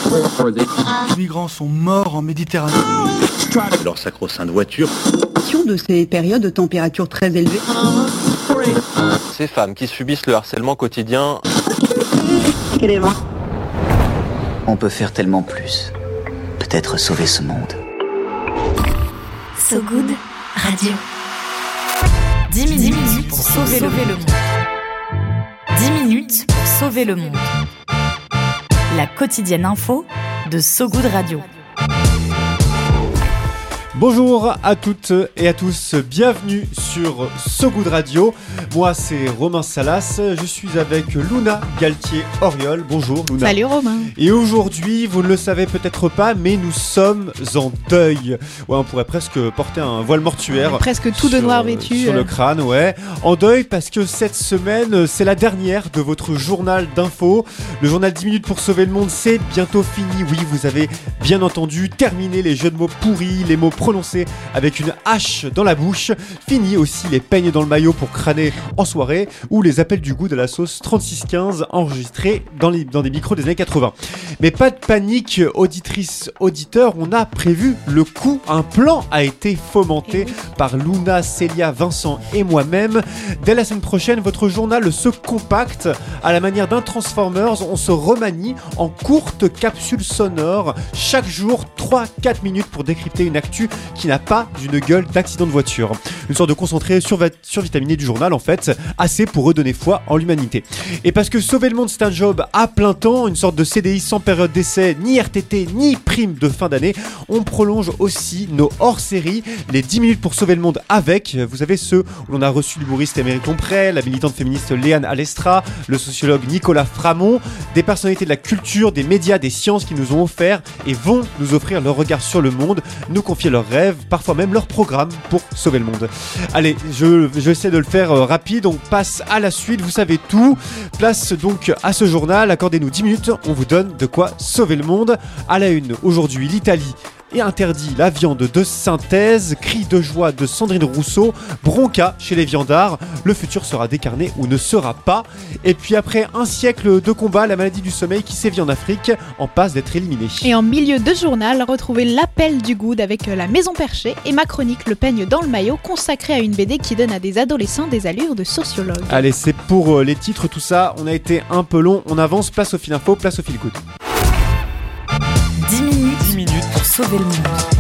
Les migrants sont morts en Méditerranée. Leur sacro-sainte voiture. De ces périodes de température très élevées. Ces femmes qui subissent le harcèlement quotidien. On peut faire tellement plus. Peut-être sauver ce monde. So Good Radio. 10 minutes pour sauver le monde. 10 minutes pour sauver le monde. La quotidienne info de So Good Radio. Bonjour à toutes et à tous, bienvenue sur So Good Radio. Moi c'est Romain Salas, je suis avec Luna Galtier-Oriol. Bonjour Luna. Salut Romain. Et aujourd'hui, vous ne le savez peut-être pas, mais nous sommes en deuil. Ouais, on pourrait presque porter un voile mortuaire. Presque tout de noir vêtu. Sur le crâne, ouais. En deuil parce que cette semaine, c'est la dernière de votre journal d'info. Le journal 10 minutes pour sauver le monde, c'est bientôt fini. Oui, vous avez bien entendu, terminé les jeux de mots pourris, les mots prononcé avec une hache dans la bouche. Fini aussi les peignes dans le maillot pour crâner en soirée ou les appels du goût de la sauce 3615 enregistrés dans des micros des années 80. Mais pas de panique, auditrices, auditeurs, on a prévu le coup. Un plan a été fomenté par Luna, Célia, Vincent et moi-même. Dès la semaine prochaine, votre journal se compacte à la manière d'un Transformers. On se remanie en courtes capsules sonores chaque jour, 3-4 minutes pour décrypter une actu qui n'a pas d'une gueule d'accident de voiture. Une sorte de concentré survitaminé du journal en fait, assez pour redonner foi en l'humanité. Et parce que sauver le monde c'est un job à plein temps, une sorte de CDI sans période d'essai, ni RTT, ni prime de fin d'année, on prolonge aussi nos hors-séries, les 10 minutes pour sauver le monde avec, vous savez ceux où l'on a reçu l'humoriste Émeric Lompré, la militante féministe Léane Alestra, le sociologue Nicolas Framont, des personnalités de la culture, des médias, des sciences qui nous ont offert et vont nous offrir leur regard sur le monde, nous confier leurs rêves, parfois même leur programme pour sauver le monde. Allez, je essaie de le faire rapide, on passe à la suite, vous savez tout. Place donc à ce journal, accordez-nous 10 minutes, on vous donne de quoi sauver le monde. À la une, aujourd'hui, l'Italie et interdit la viande de synthèse, cri de joie de Sandrine Rousseau, bronca chez les viandards, le futur sera décarné ou ne sera pas. Et puis après un siècle de combat, la maladie du sommeil qui sévit en Afrique en passe d'être éliminée. Et en milieu de journal, retrouvez l'appel du good avec la Maison Perchée et ma chronique Le peigne dans le maillot, consacrée à une BD qui donne à des adolescents des allures de sociologue. Allez, c'est pour les titres, tout ça, on a été un peu long, on avance, place au fil info, place au fil good. 10 minutes pour sauver le monde.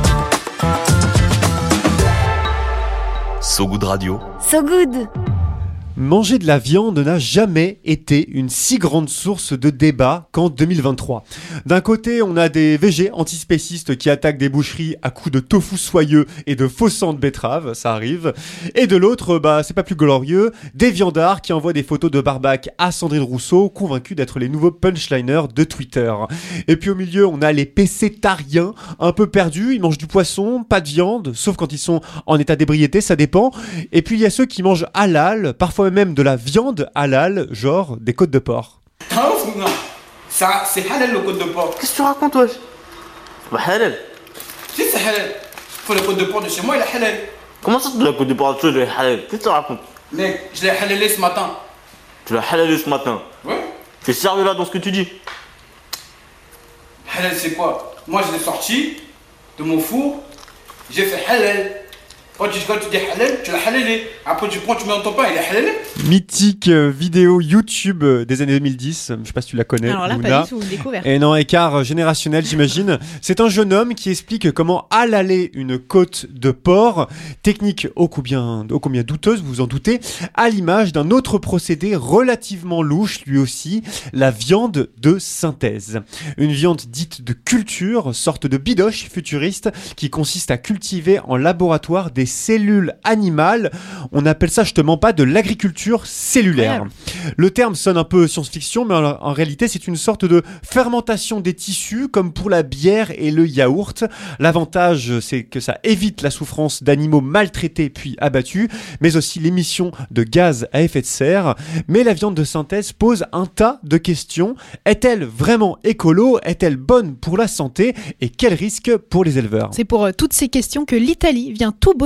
So Good Radio. So Good. Manger de la viande n'a jamais été une si grande source de débat qu'en 2023. D'un côté, on a des végés antispécistes qui attaquent des boucheries à coups de tofu soyeux et de faux sang de betterave, ça arrive. Et de l'autre, c'est pas plus glorieux, des viandards qui envoient des photos de barbac à Sandrine Rousseau, convaincus d'être les nouveaux punchliners de Twitter. Et puis au milieu, on a les pécétariens, un peu perdus, ils mangent du poisson, pas de viande, sauf quand ils sont en état d'ébriété, ça dépend. Et puis il y a ceux qui mangent halal, parfois même de la viande halal, genre des côtes de porc. Non, ça c'est halal le côte de porc. Qu'est-ce que tu racontes, wesh? Bah halal. Si c'est halal. Faut le côte de porc de chez moi, il est halal. Comment ça, de la côte de porc de chez toi, il est halal? Qu'est-ce que tu racontes? Mec, je l'ai halalé ce matin. Tu l'as halalé ce matin? Ouais. Tu es sérieux là dans ce que tu dis? Halal c'est quoi? Moi je l'ai sorti de mon four, j'ai fait halal. Quand tu dis halal, tu l'as halalé. Après tu prends, tu mets dans ton pain, il est halalé. Mythique vidéo YouTube des années 2010, je sais pas si tu la connais. Alors là, Luna. pas du tout, découverte. Et non, écart générationnel, j'imagine. C'est un jeune homme qui explique comment halaler une côte de porc, technique ô combien douteuse, vous vous en doutez, à l'image d'un autre procédé relativement louche, lui aussi, la viande de synthèse. Une viande dite de culture, sorte de bidoche futuriste, qui consiste à cultiver en laboratoire des cellules animales. On appelle ça, je te mens pas, de l'agriculture cellulaire. Le terme sonne un peu science-fiction, mais en réalité, c'est une sorte de fermentation des tissus, comme pour la bière et le yaourt. L'avantage, c'est que ça évite la souffrance d'animaux maltraités puis abattus, mais aussi l'émission de gaz à effet de serre. Mais la viande de synthèse pose un tas de questions. Est-elle vraiment écolo? Est-elle bonne pour la santé? Et quel risque pour les éleveurs? C'est pour toutes ces questions que l'Italie vient tout bonnement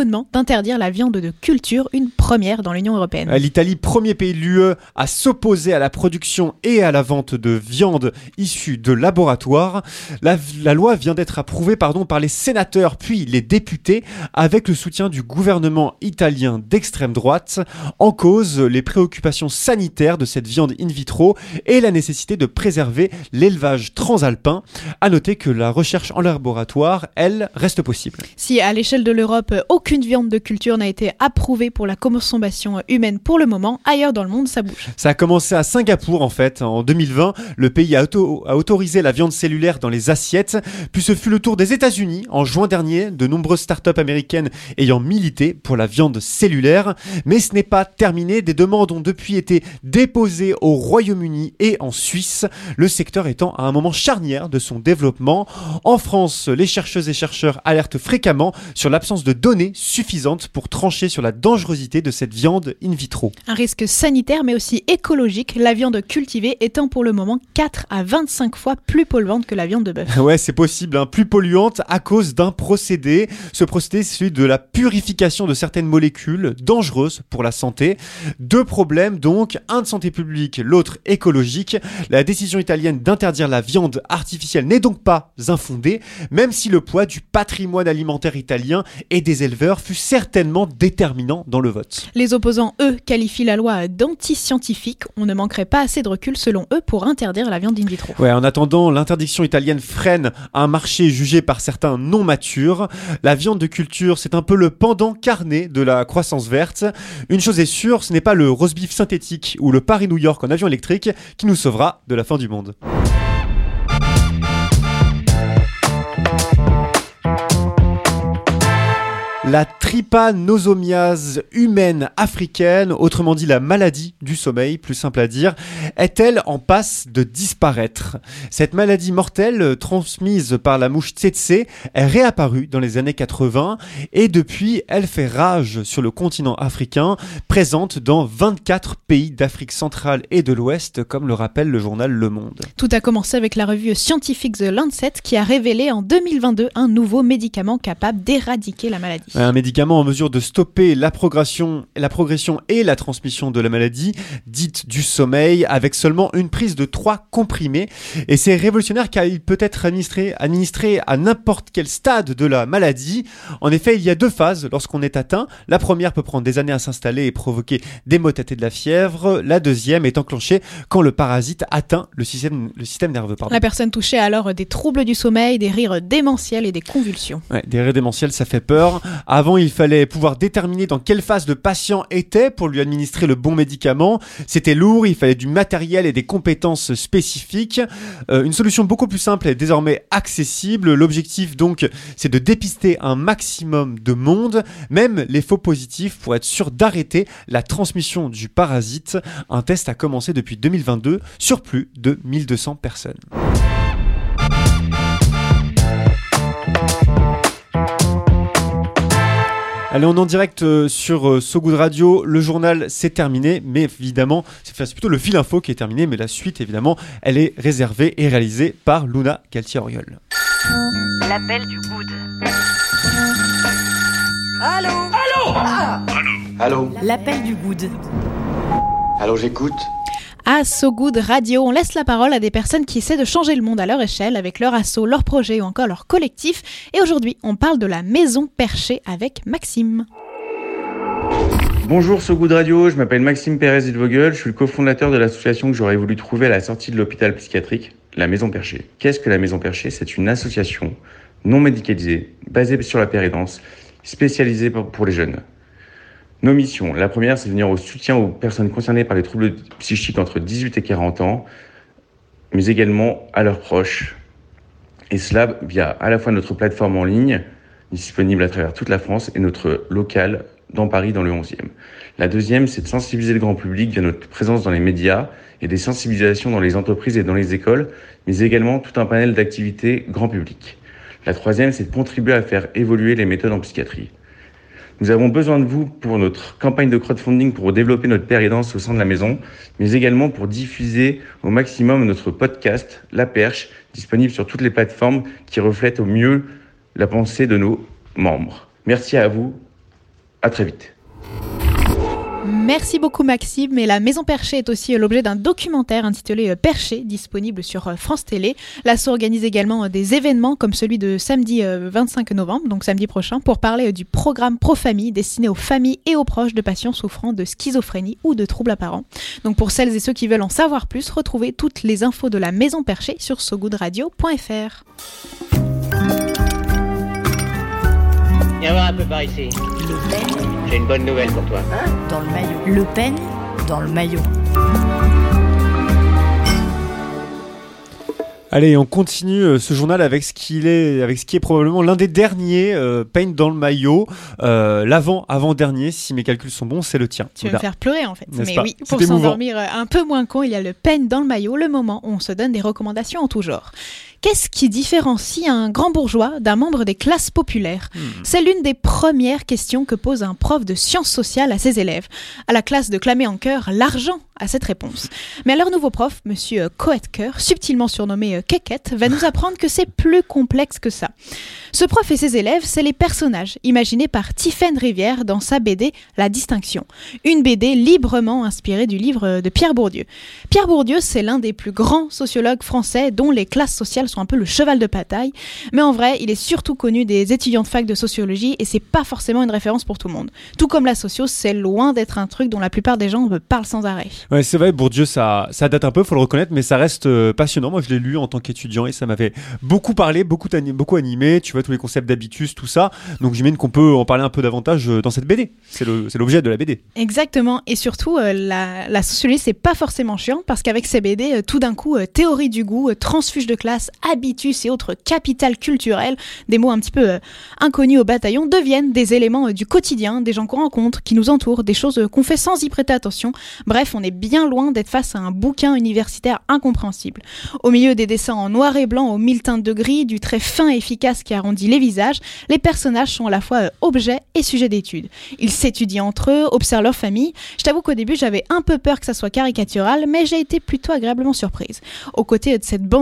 l'Environnement d'interdire la viande de culture, une première dans l'Union européenne. L'Italie, premier pays de l'UE à s'opposer à la production et à la vente de viande issue de laboratoires. La loi vient d'être approuvée par les sénateurs puis les députés avec le soutien du gouvernement italien d'extrême droite. En cause, les préoccupations sanitaires de cette viande in vitro et la nécessité de préserver l'élevage transalpin. À noter que la recherche en laboratoire, elle, reste possible. Si à l'échelle de l'Europe, aucune viande de culture n'a été approuvée pour la consommation humaine pour le moment, ailleurs dans le monde, ça bouge. Ça a commencé à Singapour en fait. En 2020, le pays a autorisé la viande cellulaire dans les assiettes. Puis ce fut le tour des États-Unis en juin dernier, de nombreuses startups américaines ayant milité pour la viande cellulaire. Mais ce n'est pas terminé. Des demandes ont depuis été déposées au Royaume-Uni et en Suisse, le secteur étant à un moment charnière de son développement. En France, les chercheuses et chercheurs alertent fréquemment sur l'absence de données suffisantes pour trancher sur la dangerosité de cette viande in vitro. Un risque sanitaire mais aussi écologique, la viande cultivée étant pour le moment 4 à 25 fois plus polluante que la viande de bœuf. Ouais, c'est possible, plus polluante à cause d'un procédé. Ce procédé, c'est celui de la purification de certaines molécules dangereuses pour la santé. Deux problèmes donc, un de santé publique, l'autre écologique. La décision italienne d'interdire la viande artificielle n'est donc pas infondée, même si le poids du patrimoine alimentaire italien et des éleveurs fut certainement déterminant dans le vote. Les opposants, eux, qualifient la loi d'anti-scientifique. On ne manquerait pas assez de recul, selon eux, pour interdire la viande in vitro. Ouais, en attendant, l'interdiction italienne freine un marché jugé par certains non mature. La viande de culture, c'est un peu le pendant carné de la croissance verte. Une chose est sûre, ce n'est pas le roast beef synthétique ou le Paris-New York en avion électrique qui nous sauvera de la fin du monde. La trypanosomiase humaine africaine, autrement dit la maladie du sommeil, plus simple à dire, est-elle en passe de disparaître ? Cette maladie mortelle, transmise par la mouche tsetse, est réapparue dans les années 80 et depuis, elle fait rage sur le continent africain, présente dans 24 pays d'Afrique centrale et de l'Ouest, comme le rappelle le journal Le Monde. Tout a commencé avec la revue scientifique The Lancet qui a révélé en 2022 un nouveau médicament capable d'éradiquer la maladie. Un médicament en mesure de stopper la progression et la transmission de la maladie, dite du sommeil, avec seulement une prise de 3 comprimés. Et c'est révolutionnaire car il peut être administré à n'importe quel stade de la maladie. En effet, il y a 2 phases lorsqu'on est atteint. La première peut prendre des années à s'installer et provoquer des maux de tête et de la fièvre. La deuxième est enclenchée quand le parasite atteint le système nerveux. La personne touchée a alors des troubles du sommeil, des rires démentiels et des convulsions. Ouais, des rires démentiels, ça fait peur. Avant, il fallait pouvoir déterminer dans quelle phase le patient était pour lui administrer le bon médicament. C'était lourd, il fallait du matériel et des compétences spécifiques. Une solution beaucoup plus simple est désormais accessible. L'objectif donc, c'est de dépister un maximum de monde, même les faux positifs, pour être sûr d'arrêter la transmission du parasite. Un test a commencé depuis 2022 sur plus de 1200 personnes. Allez, on est en direct sur So Good Radio. Le journal, c'est terminé, mais évidemment, c'est plutôt le fil info qui est terminé, mais la suite, évidemment, elle est réservée et réalisée par Luna Galtier-Auriol. L'appel du good. Allô ? Allô ? Ah. Allô ? L'appel du good. Allô, j'écoute. À So Good Radio, on laisse la parole à des personnes qui essaient de changer le monde à leur échelle avec leur asso, leur projet ou encore leur collectif. Et aujourd'hui, on parle de la Maison Perchée avec Maxime. Bonjour So Good Radio, je m'appelle Maxime Pérez-Hidvogel, je suis le cofondateur de l'association que j'aurais voulu trouver à la sortie de l'hôpital psychiatrique, la Maison Perchée. Qu'est-ce que la Maison Perchée ? C'est une association non médicalisée, basée sur la pérédance, spécialisée pour les jeunes. Nos missions, la première, c'est de venir au soutien aux personnes concernées par les troubles psychiques entre 18 et 40 ans, mais également à leurs proches. Et cela via à la fois notre plateforme en ligne, disponible à travers toute la France, et notre local dans Paris, dans le 11e. La deuxième, c'est de sensibiliser le grand public via notre présence dans les médias et des sensibilisations dans les entreprises et dans les écoles, mais également tout un panel d'activités grand public. La troisième, c'est de contribuer à faire évoluer les méthodes en psychiatrie. Nous avons besoin de vous pour notre campagne de crowdfunding pour développer notre pérédance au sein de la maison, mais également pour diffuser au maximum notre podcast, La Perche, disponible sur toutes les plateformes qui reflètent au mieux la pensée de nos membres. Merci à vous À très vite. Merci beaucoup Maxime, et la Maison Perchée est aussi l'objet d'un documentaire intitulé Perché, disponible sur France Télé. L'asso organise également des événements comme celui de samedi 25 novembre, donc samedi prochain, pour parler du programme Pro-Famille destiné aux familles et aux proches de patients souffrant de schizophrénie ou de troubles apparents. Donc pour celles et ceux qui veulent en savoir plus, retrouvez toutes les infos de la Maison Perchée sur sogoodradio.fr. Viens voir un peu par ici. Le Pen J'ai une bonne nouvelle pour toi. dans le maillot. Le Pen dans le maillot. Allez, on continue ce journal avec ce qui est probablement l'un des derniers Paint dans le maillot. Avant-dernier, si mes calculs sont bons, c'est le tien. Tu vas me faire pleurer en fait. N'est-ce Mais pas ? oui, pour C'est émouvant. s'endormir un peu moins con, il y a le Paint dans le maillot, le moment où on se donne des recommandations en tout genre. Qu'est-ce qui différencie un grand bourgeois d'un membre des classes populaires ? C'est l'une des premières questions que pose un prof de sciences sociales à ses élèves. À la classe de clamer en chœur l'argent à cette réponse. Mais leur nouveau prof, monsieur Coetker, subtilement surnommé Keket, va nous apprendre que c'est plus complexe que ça. Ce prof et ses élèves, c'est les personnages imaginés par Tiphaine Rivière dans sa BD La Distinction. Une BD librement inspirée du livre de Pierre Bourdieu. Pierre Bourdieu, c'est l'un des plus grands sociologues français dont les classes sociales sont un peu le cheval de bataille. Mais en vrai, il est surtout connu des étudiants de fac de sociologie et c'est pas forcément une référence pour tout le monde. Tout comme la socio, c'est loin d'être un truc dont la plupart des gens parlent sans arrêt. Ouais, c'est vrai, Bourdieu, ça date un peu, faut le reconnaître, mais ça reste passionnant. Moi, je l'ai lu en tant qu'étudiant et ça m'avait beaucoup parlé, beaucoup animé. Tu vois, tous les concepts d'habitus, tout ça. Donc, j'imagine qu'on peut en parler un peu davantage dans cette BD. C'est l'objet de la BD. Exactement. Et surtout, la sociologie, c'est pas forcément chiant parce qu'avec ces BD, tout d'un coup, théorie du goût, transfuge de classe, habitus et autres capital culturel, des mots un petit peu inconnus au bataillon, deviennent des éléments du quotidien, des gens qu'on rencontre, qui nous entourent, des choses qu'on fait sans y prêter attention. Bref, on est bien loin d'être face à un bouquin universitaire incompréhensible. Au milieu des dessins en noir et blanc aux 1000 teintes de gris, du trait fin et efficace qui arrondit les visages, les personnages sont à la fois objets et sujets d'étude. Ils s'étudient entre eux, observent leur famille. Je t'avoue qu'au début, j'avais un peu peur que ça soit caricatural, mais j'ai été plutôt agréablement surprise. Aux côtés de cette bande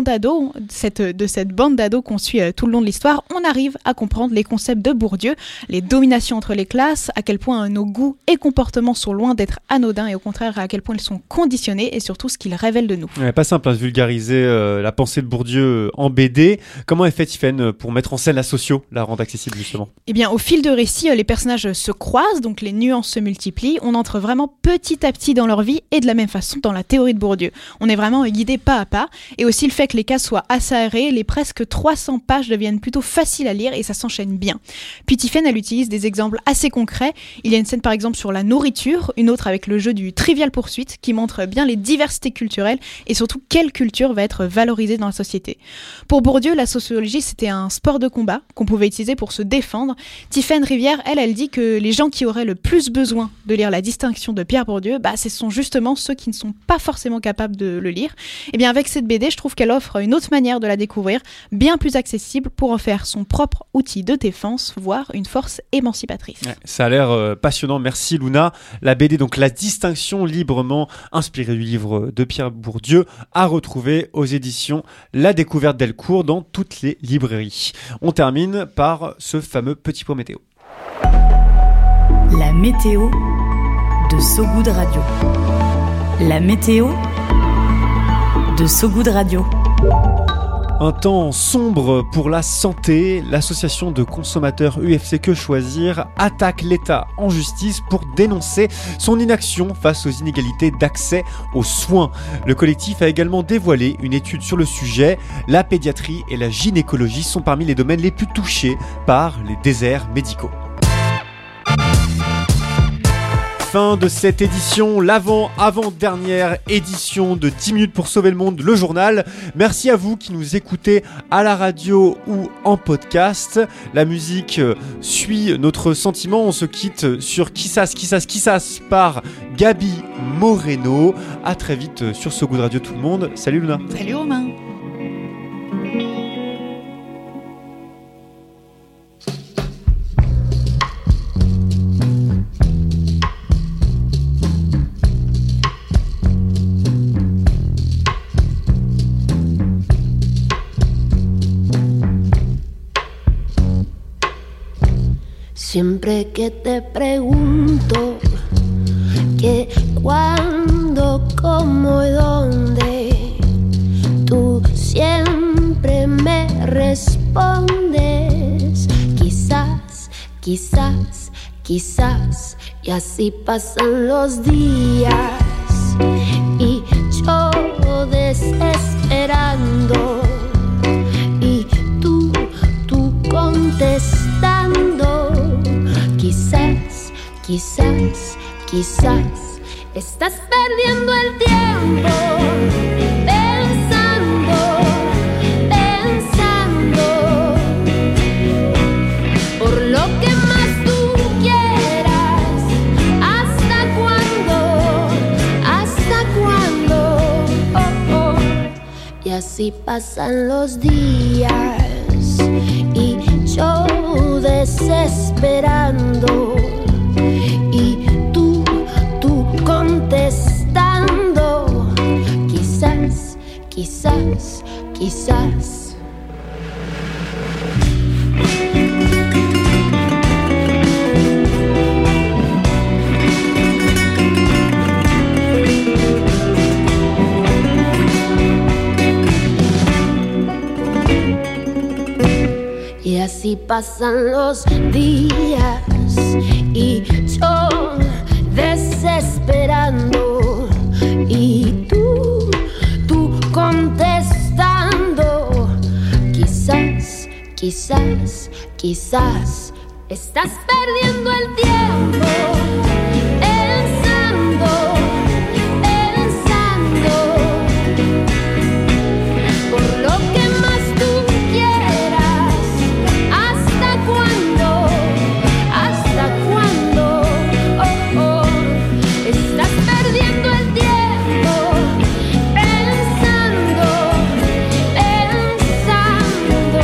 d'ados qu'on suit tout le long de l'histoire, on arrive à comprendre les concepts de Bourdieu, les dominations entre les classes, à quel point nos goûts et comportements sont loin d'être anodins et au contraire à quel point ils sont conditionnés et surtout ce qu'ils révèlent de nous. Ouais, pas simple de vulgariser la pensée de Bourdieu en BD. Comment est fait Tiphaine pour mettre en scène la socio, la rendre accessible justement ? Eh bien, au fil de récit, les personnages se croisent, donc les nuances se multiplient. On entre vraiment petit à petit dans leur vie et de la même façon dans la théorie de Bourdieu. On est vraiment guidé pas à pas et aussi le fait que les cas soient assez aérés, les presque 300 pages deviennent plutôt faciles à lire et ça s'enchaîne bien. Puis Tiphaine, elle utilise des exemples assez concrets. Il y a une scène par exemple sur la nourriture, une autre avec le jeu du Trivial Pursuit qui montre bien les diversités culturelles et surtout quelle culture va être valorisée dans la société. Pour Bourdieu, la sociologie c'était un sport de combat qu'on pouvait utiliser pour se défendre. Tiphaine Rivière, elle dit que les gens qui auraient le plus besoin de lire La Distinction de Pierre Bourdieu, ce sont justement ceux qui ne sont pas forcément capables de le lire. Et bien avec cette BD, je trouve qu'elle offre une autre manière de la découvrir, bien plus accessible pour en faire son propre outil de défense, voire une force émancipatrice. Ouais, ça a l'air passionnant, merci Luna. La BD, donc La Distinction, librement inspirée du livre de Pierre Bourdieu, à retrouver aux éditions La Découverte Delcourt dans toutes les librairies. On termine par ce fameux petit point météo. La météo de So Good Radio. La météo de So Good Radio. Un temps sombre pour la santé, l'association de consommateurs UFC Que Choisir attaque l'État en justice pour dénoncer son inaction face aux inégalités d'accès aux soins. Le collectif a également dévoilé une étude sur le sujet. La pédiatrie et la gynécologie sont parmi les domaines les plus touchés par les déserts médicaux. Fin de cette édition, l'avant-dernière édition de 10 minutes pour sauver le monde, le journal. Merci à vous qui nous écoutez à la radio ou en podcast. La musique suit notre sentiment. On se quitte sur Kissas par Gabi Moreno. À très vite sur So Good Radio tout le monde. Salut Luna. Salut Romain. Siempre que te pregunto qué, cuándo, cómo y dónde, tú siempre me respondes quizás, quizás, quizás. Y así pasan los días y yo desesperando y tú contestando. Quizás, quizás, quizás estás perdiendo el tiempo pensando, pensando por lo que más tú quieras. ¿Hasta cuándo? ¿Hasta cuándo? Oh, oh. Y así pasan los días y yo desesperando y tú contestando. Quizás, quizás, quizás. Y así pasan los días y yo desesperando y tú contestando. Quizás, quizás, quizás estás perdiendo el tiempo pensando, pensando por lo que más tú quieras. ¿Hasta cuándo? ¿Hasta cuándo? Oh, oh. Estás perdiendo el tiempo pensando, pensando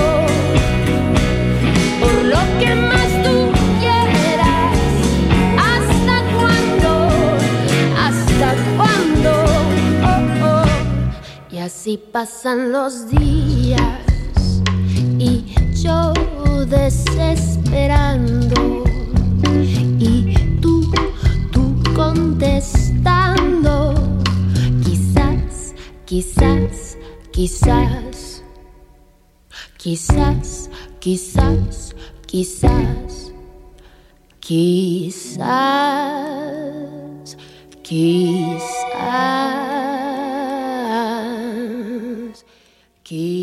por lo que más tú quieras. ¿Hasta cuándo? ¿Hasta cuándo? Oh, oh. Y así pasan los días y yo desesperando y tú contestando. Quizás, quizás, quizás, quizás, quizás, quizás, quizás, quizás, quizás.